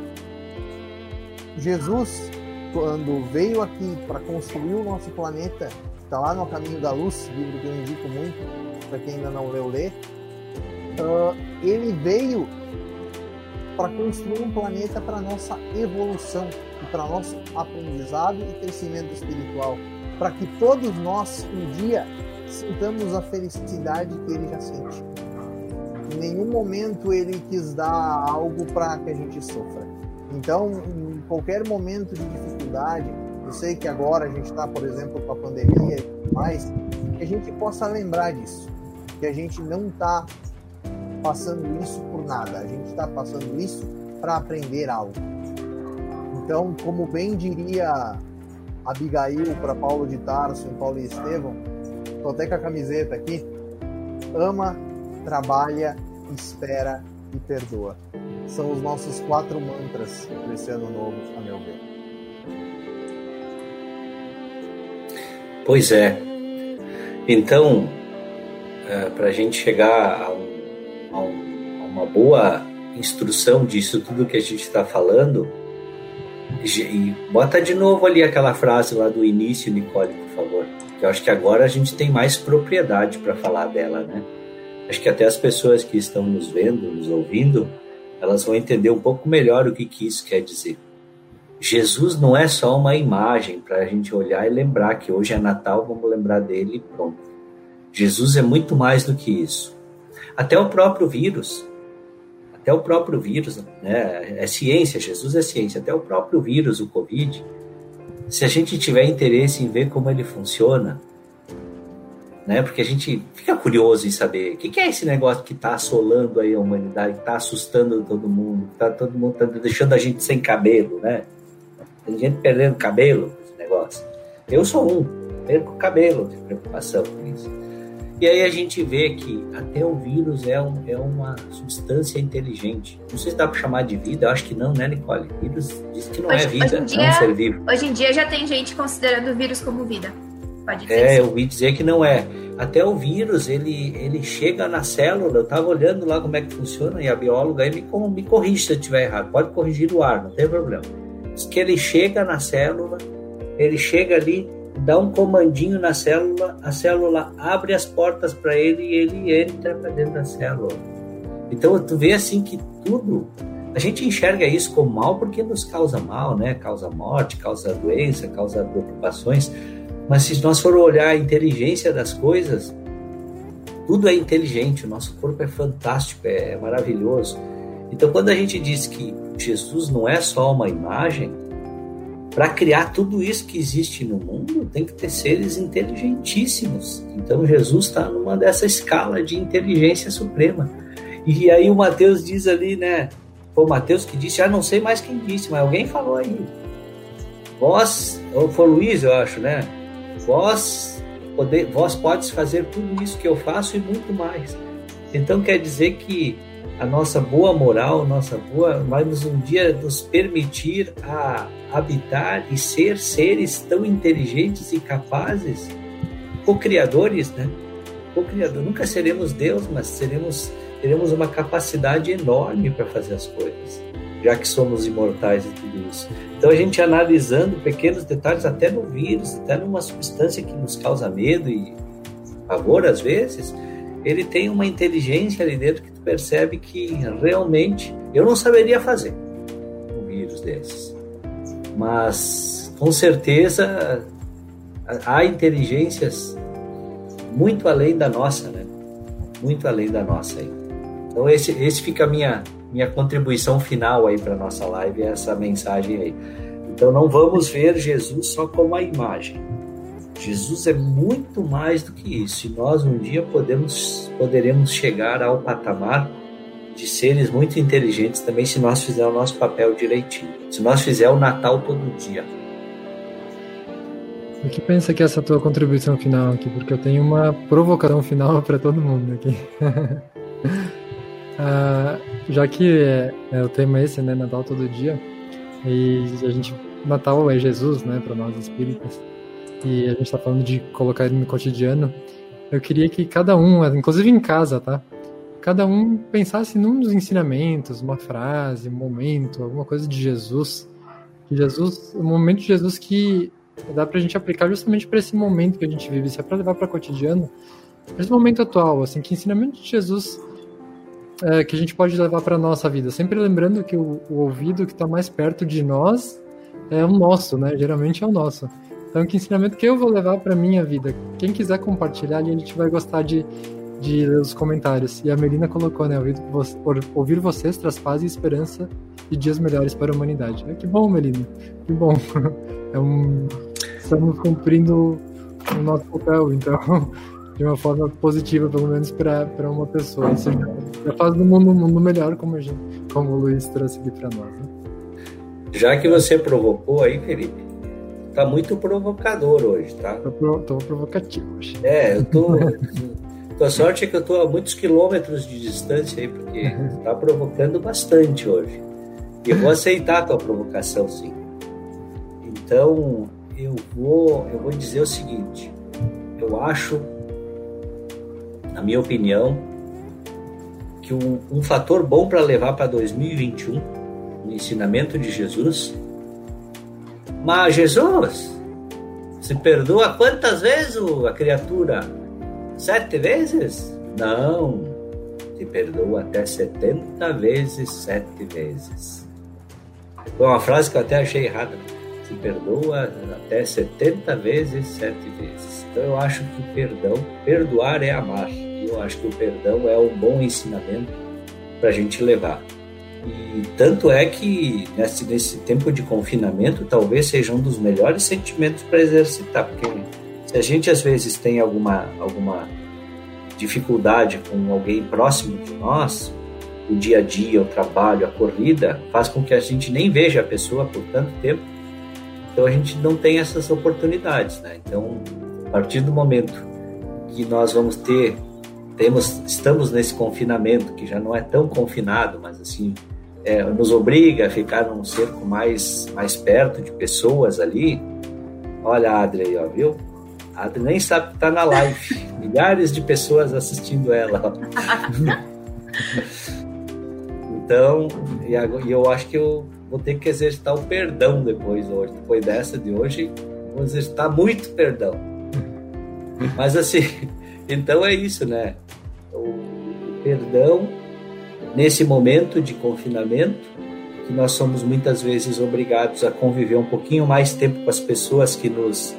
Jesus, quando veio aqui para construir o nosso planeta, está lá no Caminho da Luz, livro que eu indico muito, para quem ainda não leu, ler, ele veio para construir um planeta para nossa evolução e para nosso aprendizado e crescimento espiritual, para que todos nós um dia sintamos a felicidade que ele já sente. Em nenhum momento ele quis dar algo para que a gente sofra. Então, em qualquer momento de dificuldade, eu sei que agora a gente está, por exemplo, com a pandemia e tudo mais, que a gente possa lembrar disso, que a gente não está passando isso por nada, a gente está passando isso para aprender algo. Então, como bem diria Abigail para Paulo de Tarso em Paulo e Estevão, estou até com a camiseta aqui: ama, trabalha, espera e perdoa. São os nossos 4 mantras para esse ano novo, a meu ver. Pois é. Então, para a gente chegar a uma boa instrução disso tudo que a gente está falando, e bota de novo ali aquela frase lá do início, Nicole, por favor, que eu acho que agora a gente tem mais propriedade para falar dela, né? Acho que até as pessoas que estão nos vendo, nos ouvindo, elas vão entender um pouco melhor o que isso quer dizer. Jesus não é só uma imagem para a gente olhar e lembrar que hoje é Natal, vamos lembrar dele e pronto. Jesus é muito mais do que isso. Até o próprio vírus, né? É ciência, Jesus é ciência. Até o próprio vírus, o Covid, se a gente tiver interesse em ver como ele funciona, né? Porque a gente fica curioso em saber o que é esse negócio que está assolando aí a humanidade, que está assustando todo mundo tá deixando a gente sem cabelo, né? Tem gente perdendo cabelo com esse negócio. Eu sou perco cabelo de preocupação com isso. E aí a gente vê que até o vírus é uma substância inteligente. Não sei se dá para chamar de vida, eu acho que não, né, Nicole? O vírus diz que não é vida, não é um ser vivo. Hoje em dia já tem gente considerando o vírus como vida. Pode dizer eu ouvi dizer que não é. Até o vírus, ele chega na célula, eu estava olhando lá como é que funciona, e a bióloga aí me corrige se eu estiver errado, pode corrigir o ar, não tem problema. Diz que ele chega na célula, ele chega ali, dá um comandinho na célula, a célula abre as portas para ele e ele entra para dentro da célula. Então tu vê assim que tudo, a gente enxerga isso como mal porque nos causa mal, né? Causa morte, causa doença, causa preocupações. Mas se nós formos olhar a inteligência das coisas, tudo é inteligente, o nosso corpo é fantástico, é maravilhoso. Então quando a gente diz que Jesus não é só uma imagem, para criar tudo isso que existe no mundo, tem que ter seres inteligentíssimos. Então Jesus está numa dessa escala de inteligência suprema. E aí o Mateus diz ali, né? Foi o Mateus que disse, não sei mais quem disse, mas alguém falou aí. Vós, ou foi o Luiz, eu acho, né? Vós podes fazer tudo isso que eu faço e muito mais. Então quer dizer que a nossa boa moral, vai um dia nos permitir a habitar e ser seres tão inteligentes e capazes, co-criadores, né? co-criador. Nunca seremos Deus, mas teremos uma capacidade enorme para fazer as coisas, já que somos imortais e tudo isso. Então a gente analisando pequenos detalhes, até no vírus, até numa substância que nos causa medo e pavor às vezes, ele tem uma inteligência ali dentro que tu percebe que realmente eu não saberia fazer um vírus desses. Mas com certeza há inteligências muito além da nossa, né? Muito além da nossa aí. Então esse fica a minha contribuição final aí para nossa live, essa mensagem aí. Então não vamos ver Jesus só como a imagem. Jesus é muito mais do que isso. E nós um dia poderemos chegar ao patamar de seres muito inteligentes também, se nós fizermos o nosso papel direitinho. Se nós fizermos o Natal todo dia. O que pensa que é essa tua contribuição final aqui? Porque eu tenho uma provocação final para todo mundo aqui. Já que o tema esse, né, Natal todo dia, e Natal é Jesus, né, para nós espíritas, e a gente está falando de colocar ele no cotidiano, eu queria que cada um, inclusive em casa, tá? Cada um pensasse num dos ensinamentos, uma frase, um momento, alguma coisa de Jesus. Um momento de Jesus que dá pra gente aplicar justamente para esse momento que a gente vive, se é para levar para cotidiano, para esse momento atual, assim, que ensinamento de Jesus que a gente pode levar para nossa vida, sempre lembrando que o ouvido que está mais perto de nós é o nosso, né? Geralmente é o nosso. Então, que ensinamento que eu vou levar para minha vida? Quem quiser compartilhar ali, a gente vai gostar de ler os comentários. E a Melina colocou, né? Ouvir vocês traz paz e esperança e dias melhores para a humanidade. Que bom, Melina. Que bom. Estamos cumprindo o nosso papel, então, de uma forma positiva, pelo menos para uma pessoa. Isso já faz do mundo um mundo melhor, como o Luiz trouxe aqui para nós. Né? Já que você provocou aí, Felipe, tá muito provocador hoje, tá? Tô provocativo hoje. Eu tô... A sorte é que eu tô a muitos quilômetros de distância aí, porque tá provocando bastante hoje. E eu vou aceitar a tua provocação, sim. Então, eu vou dizer o seguinte. Eu acho, na minha opinião, que um fator bom para levar para 2021, no ensinamento de Jesus, mas Jesus, se perdoa quantas vezes a criatura? 7 vezes? Não, se perdoa até 70 vezes 7 vezes. Foi uma frase que eu até achei errada. Se perdoa até 70 vezes 7 vezes. Então eu acho que perdoar é amar. E eu acho que o perdão é um bom ensinamento para a gente levar. E tanto é que nesse tempo de confinamento talvez seja um dos melhores sentimentos para exercitar, porque se a gente às vezes tem alguma dificuldade com alguém próximo de nós, o dia a dia, o trabalho, a corrida, faz com que a gente nem veja a pessoa por tanto tempo, então a gente não tem essas oportunidades, né? Então, a partir do momento que nós estamos nesse confinamento, que já não é tão confinado, mas assim, nos obriga a ficar num cerco mais perto de pessoas ali. Olha a Adri aí, ó, viu? A Adri nem sabe que tá na live. Milhares de pessoas assistindo ela. Então, e eu acho que eu vou ter que exercitar o perdão depois dessa de hoje, vou exercitar muito perdão. Mas assim, então é isso, né? O perdão nesse momento de confinamento, que nós somos muitas vezes obrigados a conviver um pouquinho mais tempo com as pessoas que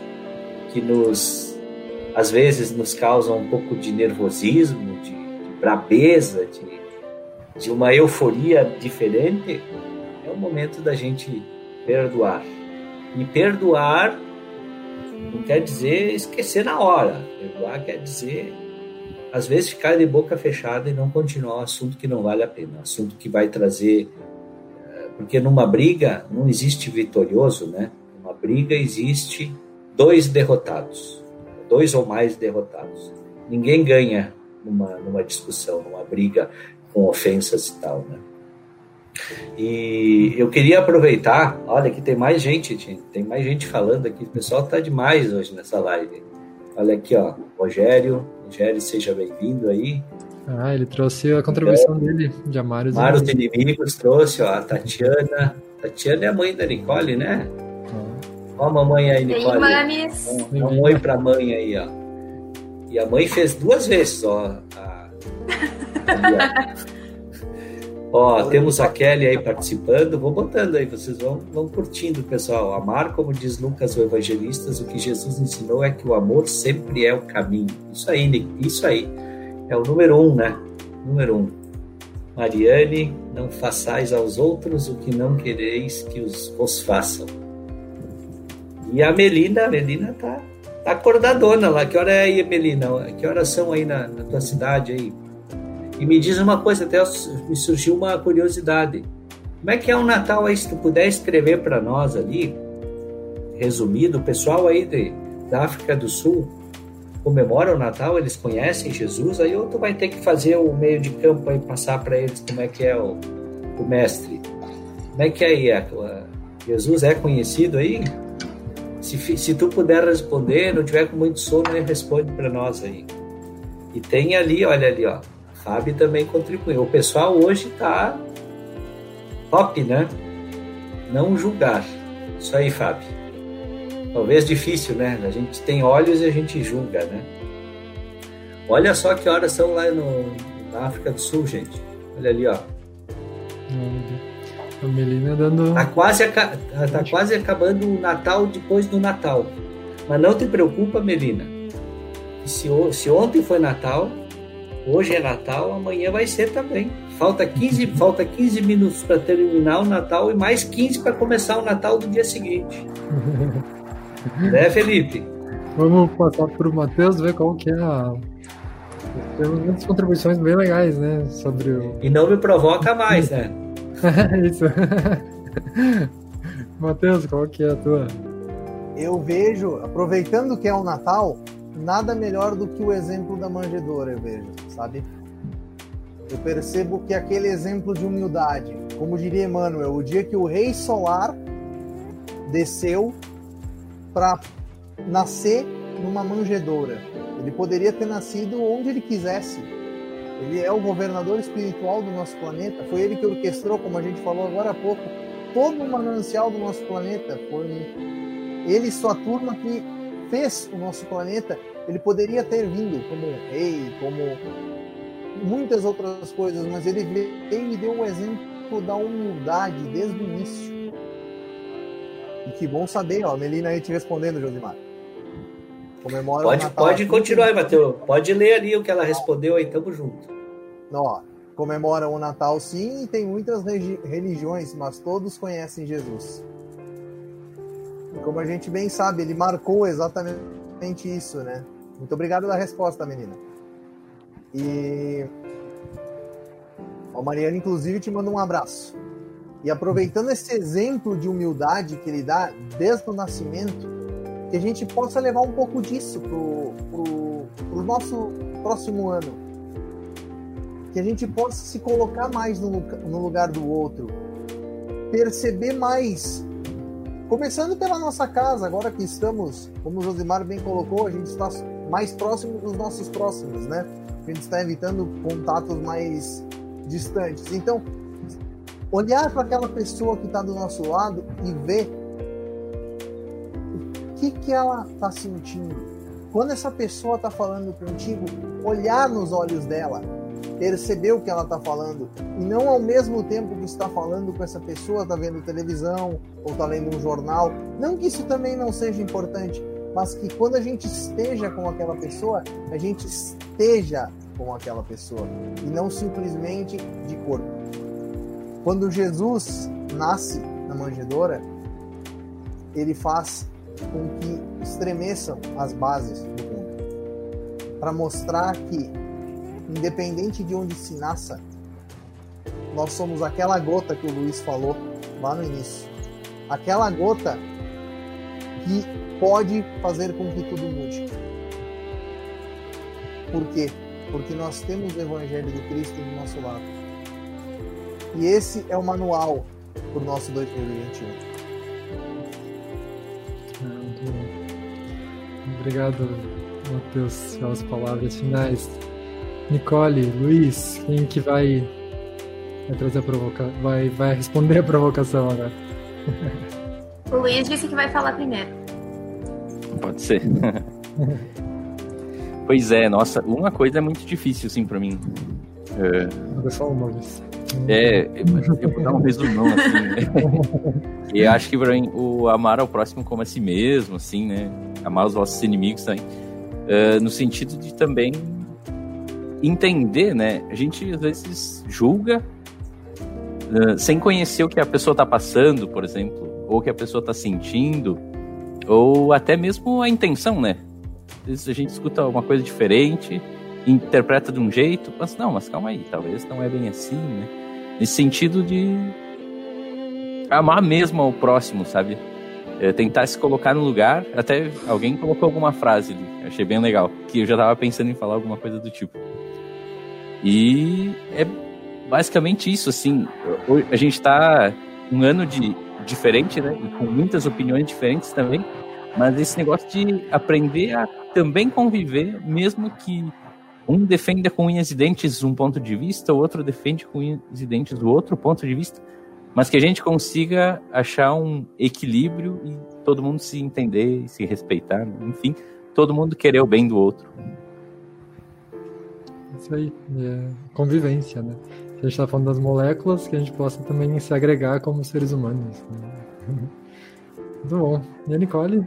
às vezes nos causam um pouco de nervosismo, de brabeza, de uma euforia diferente. É o momento da gente perdoar. E perdoar não quer dizer esquecer na hora. Perdoar quer dizer, às vezes, ficar de boca fechada e não continuar um assunto que não vale a pena. Um assunto que vai trazer... Porque numa briga não existe vitorioso, né? Numa briga existe 2 derrotados. 2 ou mais derrotados. Ninguém ganha numa discussão, numa briga com ofensas e tal, né? E eu queria aproveitar, olha, aqui tem mais gente falando aqui, o pessoal tá demais hoje nessa live. Olha aqui, ó, Rogério, Jerry, seja bem-vindo aí. Ele trouxe a contribuição dele, de amar os Amar os inimigos, trouxe, ó, a Tatiana. Tatiana é a mãe da Nicole, né? Ó a mamãe aí, Nicole. Mames. Um oi pra mãe aí, ó. E a mãe fez 2 vezes, ó. Ó, temos a Kelly aí participando. Vou botando aí, vocês vão curtindo, pessoal. Amar, como diz Lucas, o evangelista, o que Jesus ensinou é que o amor sempre é o caminho. Isso aí, Nick, isso aí. É o número 1, né? Número 1. Mariane, não façais aos outros o que não quereis que vos façam. E a Melina tá acordadona lá. Que hora é aí, Melina? Que horas são aí na tua cidade aí? E me diz uma coisa, até me surgiu uma curiosidade. Como é que é o Natal aí? Se tu puder escrever para nós ali, resumido, o pessoal aí da África do Sul comemora o Natal, eles conhecem Jesus, aí ou tu vai ter que fazer o meio de campo aí, passar para eles como é que é o mestre. Como é que é? Jesus é conhecido aí? Se tu puder responder, não tiver com muito sono, responde para nós aí. E tem ali, olha ali, ó. Fábio também contribuiu. O pessoal hoje tá top, né? Não julgar. Isso aí, Fábio. Talvez difícil, né? A gente tem olhos e a gente julga, né? Olha só que horas são lá na África do Sul, gente. Olha ali, ó. A Melina dando... Tá quase acabando o Natal depois do Natal. Mas não te preocupa, Melina. Se ontem foi Natal, hoje é Natal, amanhã vai ser também. Falta 15 minutos para terminar o Natal e mais 15 para começar o Natal do dia seguinte. Né, Felipe? Vamos passar para o Matheus, ver qual que é Temos muitas contribuições bem legais, né? Sobre o... E não me provoca mais, né? Isso. Matheus, qual que é a tua? Eu vejo, aproveitando que é o Natal, nada melhor do que o exemplo da manjedoura, eu vejo, sabe? Eu percebo que aquele exemplo de humildade, como diria Emmanuel, o dia que o rei solar desceu para nascer numa manjedoura. Ele poderia ter nascido onde ele quisesse. Ele é o governador espiritual do nosso planeta. Foi ele que orquestrou, como a gente falou agora há pouco, todo o manancial do nosso planeta. Foi ele e sua turma que fez o nosso planeta. Ele poderia ter vindo como rei, como muitas outras coisas, mas ele veio e deu um exemplo da humildade desde o início. E que bom saber, ó, a Melina aí te respondendo, Josimar. Comemora o Natal. Pode continuar aí, Matheus. Pode ler ali o que ela respondeu aí, tamo junto. Ó, comemora o Natal sim, e tem muitas religiões, mas todos conhecem Jesus. E como a gente bem sabe, ele marcou exatamente isso, né? Muito obrigado pela resposta, menina. E a Mariana, inclusive, te manda um abraço. E aproveitando esse exemplo de humildade que ele dá desde o nascimento, que a gente possa levar um pouco disso pro nosso próximo ano. Que a gente possa se colocar mais no lugar do outro. Perceber mais. Começando pela nossa casa, agora que estamos, como o Josimar bem colocou, a gente está mais próximo dos nossos próximos, né? A gente está evitando contatos mais distantes. Então, olhar para aquela pessoa que está do nosso lado e ver o que ela está sentindo. Quando essa pessoa está falando contigo, olhar nos olhos dela, perceber o que ela está falando, e não ao mesmo tempo que está falando com essa pessoa, está vendo televisão ou está lendo um jornal. Não que isso também não seja importante, mas que quando a gente esteja com aquela pessoa, a gente esteja com aquela pessoa e não simplesmente de corpo. Quando Jesus nasce na manjedoura, ele faz com que estremeçam as bases do mundo, para mostrar que, independente de onde se nasça, nós somos aquela gota que o Luiz falou lá no início, aquela gota que pode fazer com que tudo mude. Por quê? Porque nós temos o Evangelho de Cristo do nosso lado. E esse é o manual para o nosso 2021. Obrigado, Matheus, as palavras finais. Nicole, Luiz, quem que vai trazer a provocação? Vai responder a provocação agora. O Luiz disse que vai falar primeiro. Pode ser. Pois é, nossa, uma coisa é muito difícil, assim, pra mim. Vou só uma vez. Eu vou dar um resumão, assim, né? E acho que pra mim, o amar ao próximo como a si mesmo, assim, né? Amar os vossos inimigos também. No sentido de também entender, né? A gente, às vezes, julga sem conhecer o que a pessoa tá passando, por exemplo, ou o que a pessoa tá sentindo, ou até mesmo a intenção, né? Às vezes a gente escuta uma coisa diferente, interpreta de um jeito, mas calma aí, talvez não é bem assim, né? Nesse sentido de amar mesmo ao próximo, sabe? Tentar se colocar no lugar. Até alguém colocou alguma frase ali, achei bem legal, que eu já tava pensando em falar alguma coisa do tipo. E é basicamente isso, assim. A gente tá um ano diferente, né? E com muitas opiniões diferentes também, mas esse negócio de aprender a também conviver, mesmo que um defenda com unhas e dentes um ponto de vista, o outro defende com unhas e dentes o outro ponto de vista, mas que a gente consiga achar um equilíbrio e todo mundo se entender, se respeitar, enfim, todo mundo querer o bem do outro. Isso aí, convivência, né? A gente está falando das moléculas, que a gente possa também se agregar como seres humanos. Né? Muito bom. E a Nicole?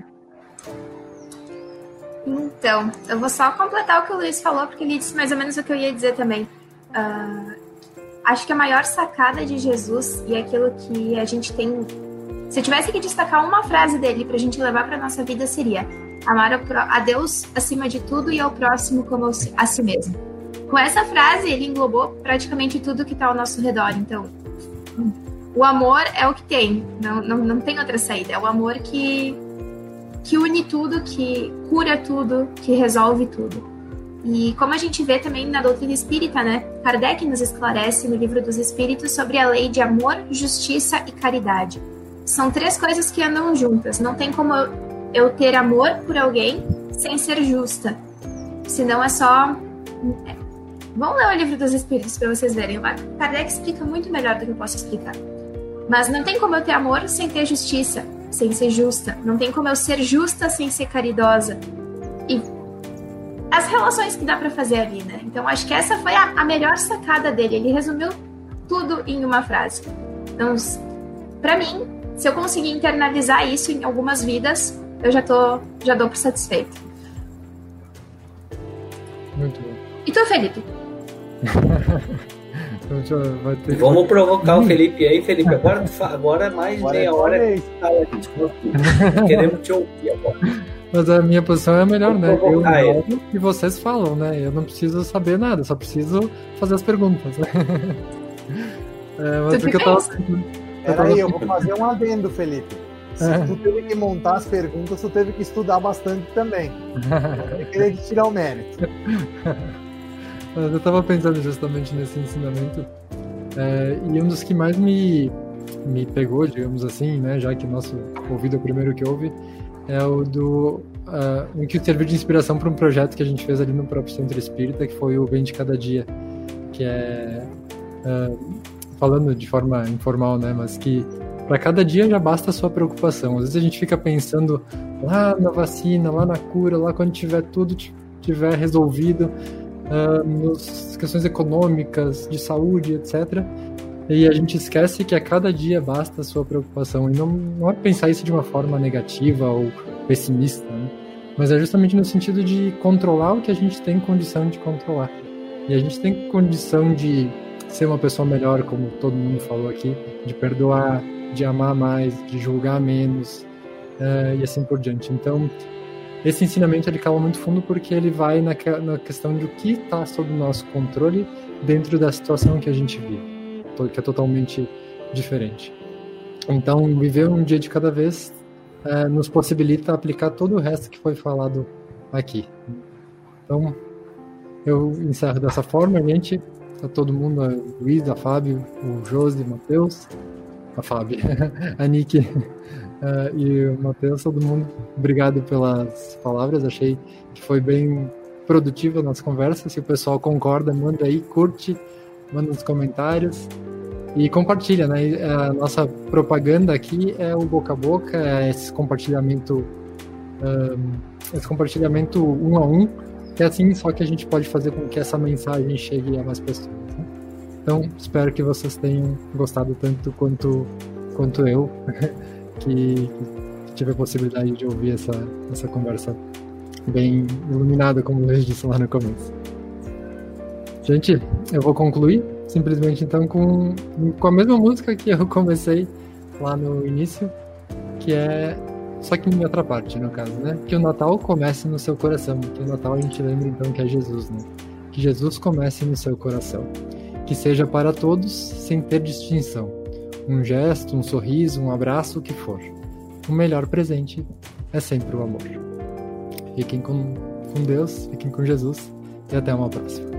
Então, eu vou só completar o que o Luiz falou, porque ele disse mais ou menos o que eu ia dizer também. Acho que a maior sacada de Jesus e aquilo que a gente tem... Se eu tivesse que destacar uma frase dele pra gente levar pra nossa vida, seria amar a Deus acima de tudo e ao próximo como a si mesmo. Com essa frase, ele englobou praticamente tudo que está ao nosso redor. Então, o amor é o que tem. Não tem outra saída. É o amor que une tudo, que cura tudo, que resolve tudo. E como a gente vê também na doutrina espírita, né? Kardec nos esclarece no Livro dos Espíritos sobre a lei de amor, justiça e caridade. São 3 coisas que andam juntas. Não tem como eu ter amor por alguém sem ser justa. Senão é só... Vão ler o Livro dos Espíritos para vocês verem. O Kardec explica muito melhor do que eu posso explicar. Mas não tem como eu ter amor sem ter justiça, sem ser justa. Não tem como eu ser justa sem ser caridosa. E as relações que dá para fazer ali, né? Então, acho que essa foi a melhor sacada dele. Ele resumiu tudo em uma frase. Então, para mim, se eu conseguir internalizar isso em algumas vidas, eu já dou por satisfeito. Muito bom. E tu, Felipe? Vamos provocar o Felipe aí, Felipe. Agora mais meia hora. Queremos te ouvir agora. Mas a minha posição é a melhor, né? Eu falo e vocês falam, né? Eu não preciso saber nada, só preciso fazer as perguntas. Mas porque eu tava... Peraí, eu vou fazer um adendo, Felipe. Se tu teve que montar as perguntas, tu teve que estudar bastante também. Eu queria te tirar o mérito. Eu estava pensando justamente nesse ensinamento, e um dos que mais me pegou, digamos assim, né, já que o nosso ouvido é o primeiro que ouve, é o que serviu de inspiração para um projeto que a gente fez ali no próprio Centro Espírita, que foi o Bem de Cada Dia, que é, falando de forma informal, né, mas que para cada dia já basta a sua preocupação. Às vezes a gente fica pensando lá na vacina, lá na cura, lá quando tudo tiver resolvido, nas questões econômicas, de saúde, etc. E a gente esquece que a cada dia basta a sua preocupação. E não é pensar isso de uma forma negativa ou pessimista, né? Mas é justamente no sentido de controlar o que a gente tem condição de controlar. E a gente tem condição de ser uma pessoa melhor, como todo mundo falou aqui, de perdoar, de amar mais, de julgar menos, e assim por diante. Então, esse ensinamento ele cala muito fundo porque ele vai na questão de o que está sob o nosso controle dentro da situação que a gente vive, que é totalmente diferente. Então, viver um dia de cada vez nos possibilita aplicar todo o resto que foi falado aqui. Então, eu encerro dessa forma, gente. A todo mundo, a Luiz, a Fábio, o Josi, o Matheus, a Fábio, a Nick, E o Matheus, todo mundo, obrigado pelas palavras. Achei que foi bem produtiva a nossa conversa. Se o pessoal concorda, manda aí, curte, manda nos comentários e compartilha, né? A nossa propaganda aqui é o boca a boca, é esse compartilhamento um a um, que é assim só que a gente pode fazer com que essa mensagem chegue a mais pessoas, né? Então, espero que vocês tenham gostado tanto quanto eu, que tive a possibilidade de ouvir essa conversa bem iluminada, como o Luiz disse lá no começo. Gente, eu vou concluir simplesmente então com a mesma música que eu comecei lá no início, que é só que em outra parte, no caso, né? Que o Natal comece no seu coração, que o Natal a gente lembra então que é Jesus, né? Que Jesus comece no seu coração, que seja para todos sem ter distinção, um gesto, um sorriso, um abraço, o que for. O melhor presente é sempre o amor. Fiquem com Deus, fiquem com Jesus e até uma próxima.